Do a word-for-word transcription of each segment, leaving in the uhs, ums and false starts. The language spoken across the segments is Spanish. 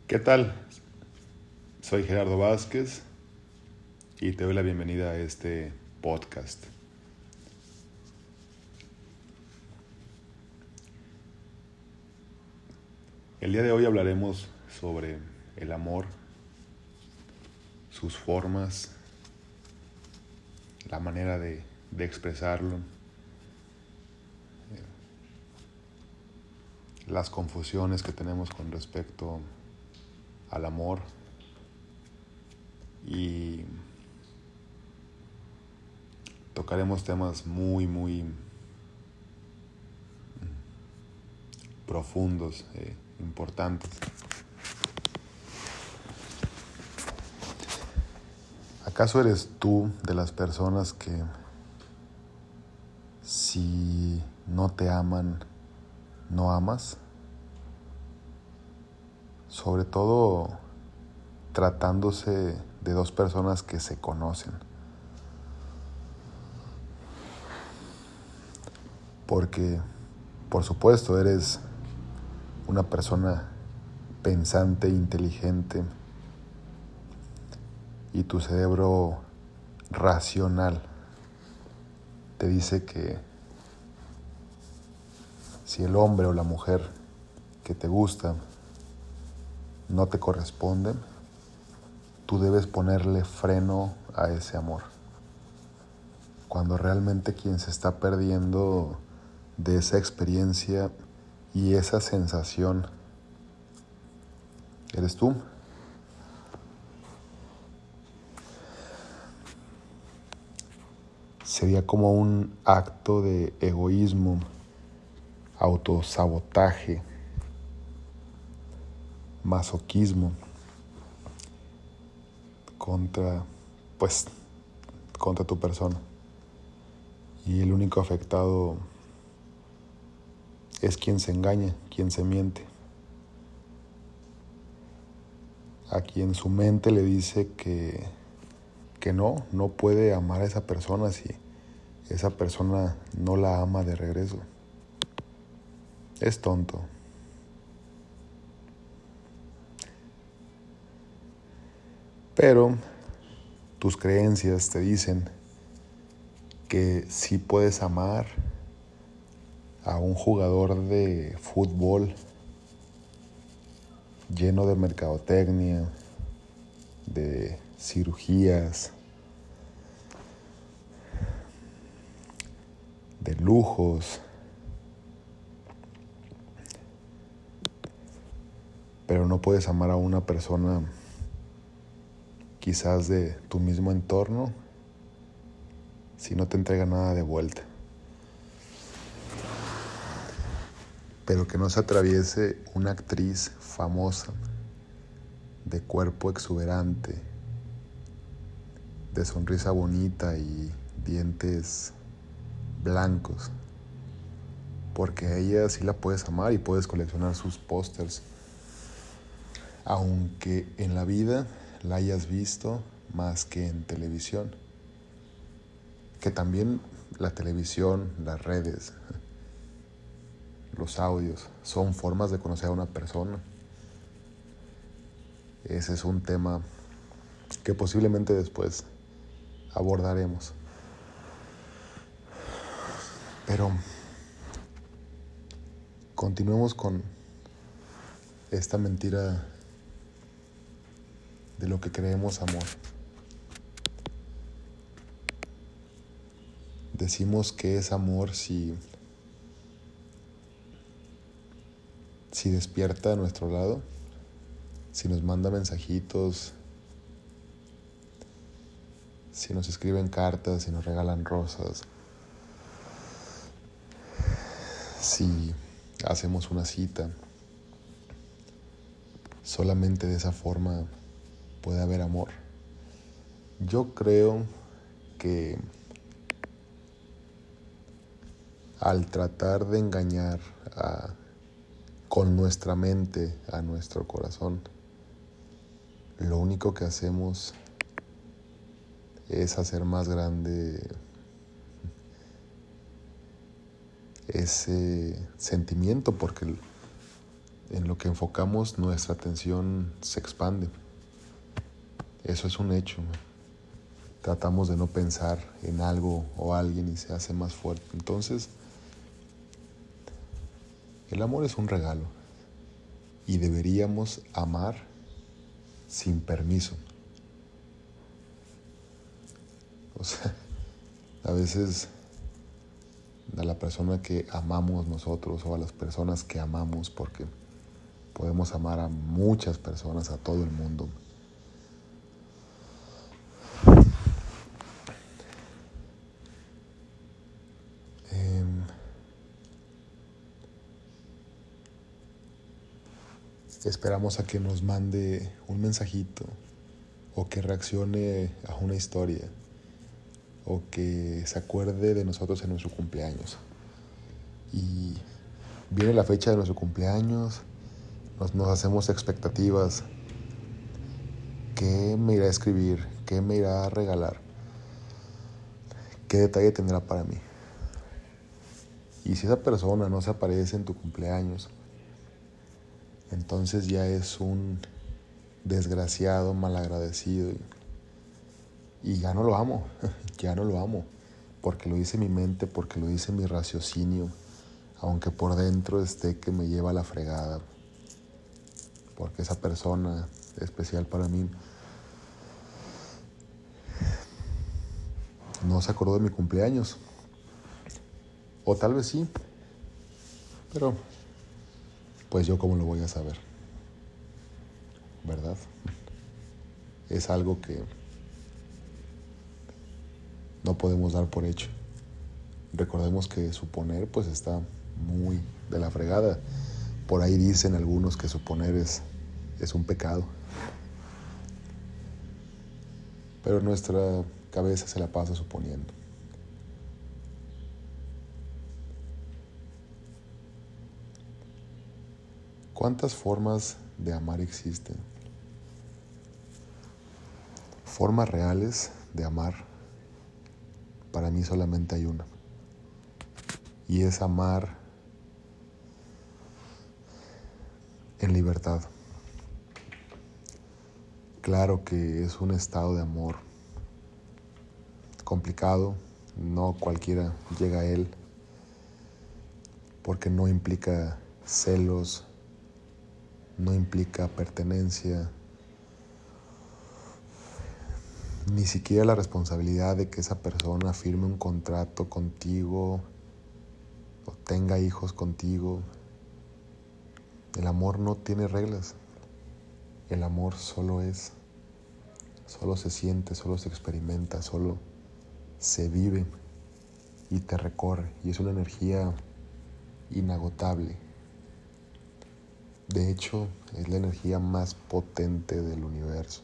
¿Qué tal? Soy Gerardo Vázquez y te doy la bienvenida a este podcast. El día de hoy hablaremos sobre el amor, sus formas, la manera de, de expresarlo, las confusiones que tenemos con respecto al amor y tocaremos temas muy, muy profundos, eh, importantes. ¿Acaso eres tú de las personas que si no te aman, no amas? Sobre todo tratándose de dos personas que se conocen. Porque, por supuesto, eres una persona pensante, inteligente, y tu cerebro racional te dice que si el hombre o la mujer que te gusta no te corresponden, tú debes ponerle freno a ese amor. Cuando realmente quien se está perdiendo de esa experiencia y esa sensación eres tú. Sería como un acto de egoísmo, autosabotaje, masoquismo contra, pues, contra tu persona. Y el único afectado es quien se engaña, quien se miente, a quien su mente le dice que, que no, no puede amar a esa persona si esa persona no la ama de regreso. Es tonto. Pero tus creencias te dicen que sí puedes amar a un jugador de fútbol lleno de mercadotecnia, de cirugías, de lujos, pero no puedes amar a una persona quizás de tu mismo entorno si no te entrega nada de vuelta. Pero que no se atraviese una actriz famosa, de cuerpo exuberante, de sonrisa bonita y dientes blancos, porque a ella sí la puedes amar y puedes coleccionar sus pósters, aunque en la vida la hayas visto más que en televisión, que también la televisión, las redes, los audios son formas de conocer a una persona. Ese es un tema que posiblemente después abordaremos. Pero continuemos con esta mentira de lo que creemos amor. Decimos que es amor si, si despierta a nuestro lado, si nos manda mensajitos, si nos escriben cartas, si nos regalan rosas, si hacemos una cita. Solamente de esa forma puede haber amor. Yo creo que al tratar de engañar a, con nuestra mente a nuestro corazón, lo único que hacemos es hacer más grande ese sentimiento, porque en lo que enfocamos nuestra atención se expande. Eso es un hecho. Tratamos de no pensar en algo o alguien y se hace más fuerte. Entonces, el amor es un regalo y deberíamos amar sin permiso. O sea, a veces a la persona que amamos nosotros o a las personas que amamos, porque podemos amar a muchas personas, a todo el mundo. Eh, esperamos a que nos mande un mensajito o que reaccione a una historia o que se acuerde de nosotros en nuestro cumpleaños. Y viene la fecha de nuestro cumpleaños, nos, nos hacemos expectativas. ¿Qué me irá a escribir? ¿Qué me irá a regalar? ¿Qué detalle tendrá para mí? Y si esa persona no se aparece en tu cumpleaños, entonces ya es un desgraciado, malagradecido. Y ya no lo amo, ya no lo amo. Porque lo dice mi mente, porque lo dice mi raciocinio. Aunque por dentro esté que me lleva a la fregada. Porque esa persona especial para mí no se acordó de mi cumpleaños. O tal vez sí. Pero pues yo cómo lo voy a saber, ¿verdad? Es algo que no podemos dar por hecho. Recordemos que suponer pues está muy de la fregada. Por ahí dicen algunos que suponer es, es un pecado. Pero nuestra cabeza se la pasa suponiendo. ¿Cuántas formas de amar existen? Formas reales de amar, para mí solamente hay una. Y es amar en libertad. Claro que es un estado de amor complicado, no cualquiera llega a él, porque no implica celos, no implica pertenencia, ni siquiera la responsabilidad de que esa persona firme un contrato contigo o tenga hijos contigo. El amor no tiene reglas. El amor solo es, solo se siente, solo se experimenta, solo se vive y te recorre. Y es una energía inagotable. De hecho, es la energía más potente del universo.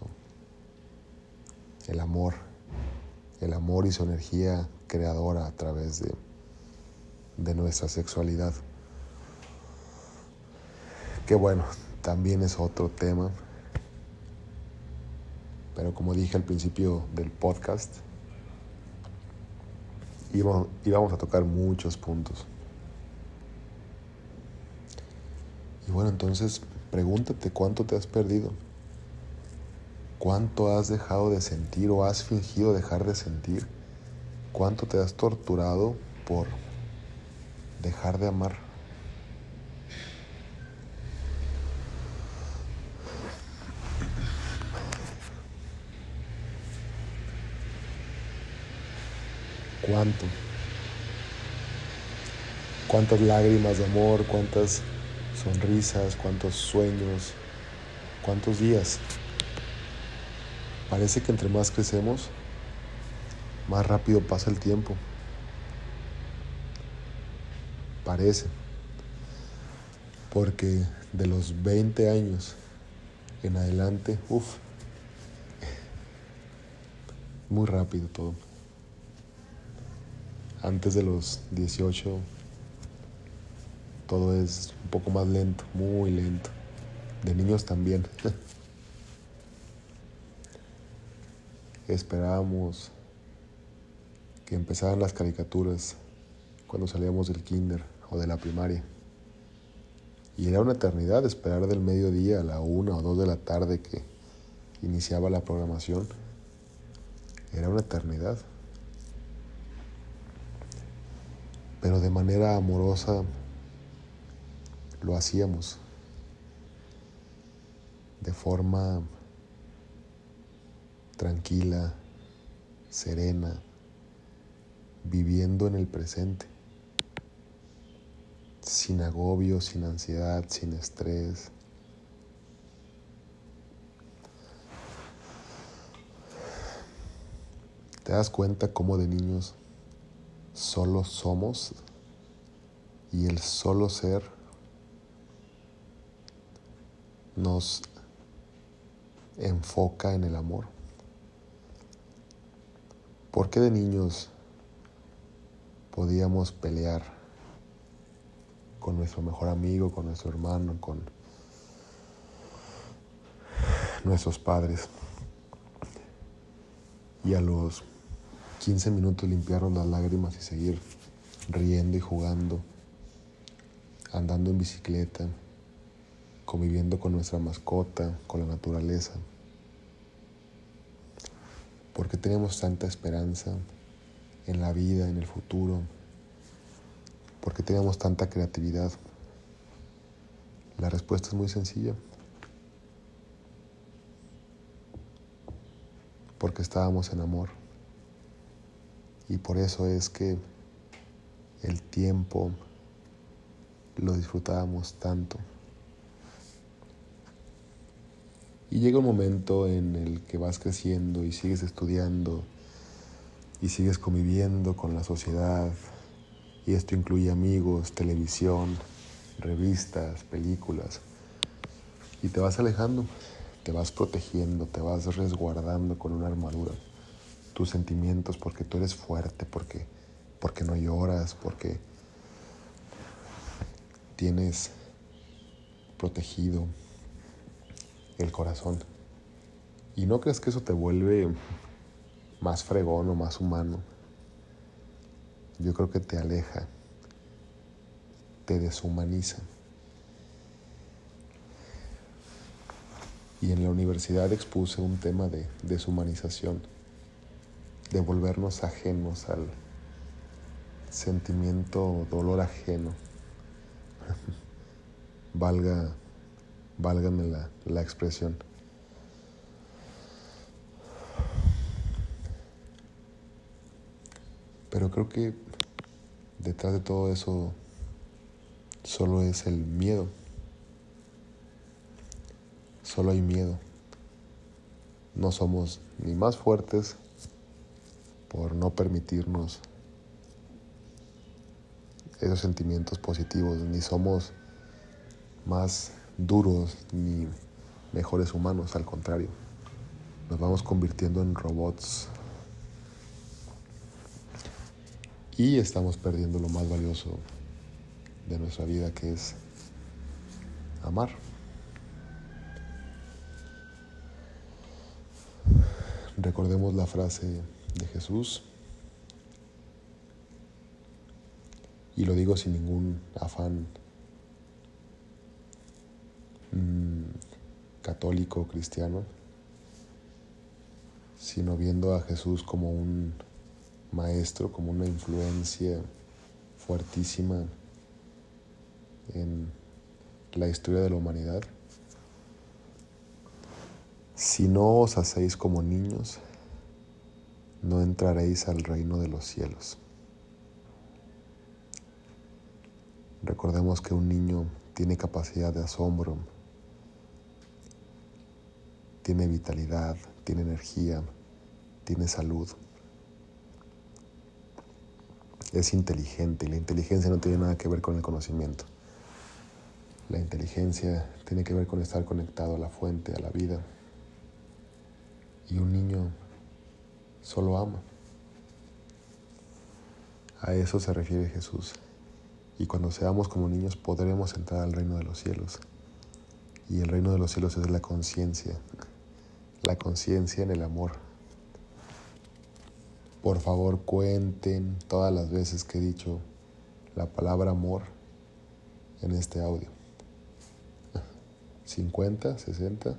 El amor, el amor y su energía creadora a través de, de nuestra sexualidad. Que bueno, también es otro tema. Pero como dije al principio del podcast, íbamos, íbamos a tocar muchos puntos. Y bueno, entonces pregúntate cuánto te has perdido. ¿Cuánto has dejado de sentir o has fingido dejar de sentir? ¿Cuánto te has torturado por dejar de amar? ¿Cuánto? ¿Cuántas lágrimas de amor? ¿Cuántas sonrisas? ¿Cuántos sueños? ¿Cuántos días? Parece que entre más crecemos, más rápido pasa el tiempo. Parece. Porque de los veinte años en adelante, uff, muy rápido todo. Antes de los dieciocho, todo es un poco más lento, muy lento. De niños también. Esperábamos que empezaran las caricaturas cuando salíamos del kinder o de la primaria. Y era una eternidad esperar del mediodía a la una o dos de la tarde que iniciaba la programación. Era una eternidad. Pero de manera amorosa lo hacíamos. De forma tranquila, serena, viviendo en el presente. Sin agobio, sin ansiedad, sin estrés. ¿Te das cuenta cómo de niños solo somos y el solo ser nos enfoca en el amor? ¿Por qué de niños podíamos pelear con nuestro mejor amigo, con nuestro hermano, con nuestros padres? Y a los quince minutos limpiarnos las lágrimas y seguir riendo y jugando, andando en bicicleta, conviviendo con nuestra mascota, con la naturaleza. ¿Por qué tenemos tanta esperanza en la vida, en el futuro? ¿Por qué tenemos tanta creatividad? La respuesta es muy sencilla. Porque estábamos en amor. Y por eso es que el tiempo lo disfrutábamos tanto. Y llega un momento en el que vas creciendo y sigues estudiando y sigues conviviendo con la sociedad. Y esto incluye amigos, televisión, revistas, películas. Y te vas alejando, te vas protegiendo, te vas resguardando con una armadura. Tus sentimientos, porque tú eres fuerte, porque, porque no lloras, porque tienes protegido el corazón. Y no creas que eso te vuelve más fregón o más humano. Yo creo que te aleja, te deshumaniza. Y en la universidad expuse un tema de deshumanización, de volvernos ajenos al sentimiento, dolor ajeno. Valga, válgame la, la expresión. Pero creo que detrás de todo eso solo es el miedo. Solo hay miedo. No somos ni más fuertes por no permitirnos esos sentimientos positivos, ni somos más duros ni mejores humanos, al contrario, nos vamos convirtiendo en robots y estamos perdiendo lo más valioso de nuestra vida, que es amar. Recordemos la frase de Jesús, y lo digo sin ningún afán mmm, católico o cristiano, sino viendo a Jesús como un maestro, como una influencia fuertísima en la historia de la humanidad. Si no os hacéis como niños, no entraréis al reino de los cielos. Recordemos que un niño tiene capacidad de asombro, tiene vitalidad, tiene energía, tiene salud. Es inteligente, y la inteligencia no tiene nada que ver con el conocimiento. La inteligencia tiene que ver con estar conectado a la fuente, a la vida. Y un niño solo ama. A eso se refiere Jesús. Y cuando seamos como niños podremos entrar al reino de los cielos. Y el reino de los cielos es la conciencia. La conciencia en el amor. Por favor, cuenten todas las veces que he dicho la palabra amor en este audio. cincuenta, sesenta.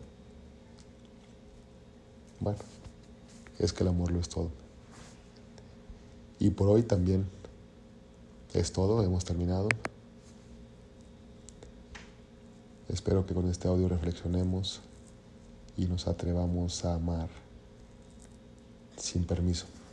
Bueno, es que el amor lo es todo. Y por hoy también es todo, hemos terminado. Espero que con este audio reflexionemos y nos atrevamos a amar sin permiso.